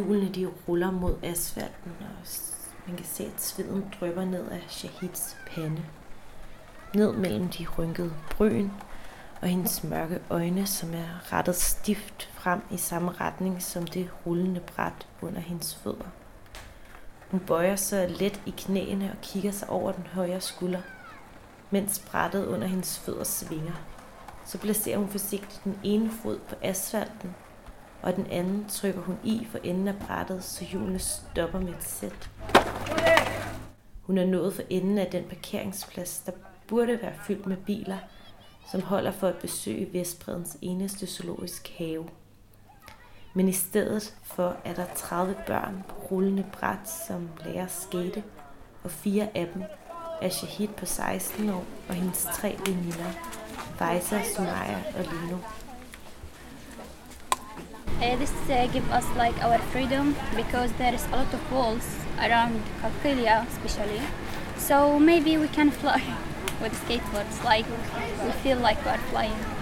hjulene de ruller mod asfalten, og man kan se, at sveden drypper ned af Shahids pande. Ned mellem de rynkede bryn og hendes mørke øjne, som er rettet stift frem i samme retning som det rullende bræt under hendes fødder. Hun bøjer sig let i knæene og kigger sig over den højre skulder, mens brættet under hendes fødder svinger. Så placerer hun forsigtigt den ene fod på asfalten, og den anden trykker hun i for enden af brættet, så hjulene stopper med et sæt. Hun er nået for enden af den parkeringsplads, der burde være fyldt med biler, som holder for at besøge Vestbreddens eneste zoologisk have. Men i stedet for er der 30 børn på rullende bræt, som lærer at skate, og 4 af dem er Shahid på 16 år og hendes 3 veninder, Faisa, Sumaya og Lino. This gives us like our freedom because there is a lot of walls around Qalqilya especially. So maybe we can fly with skateboards, like we feel like we're flying.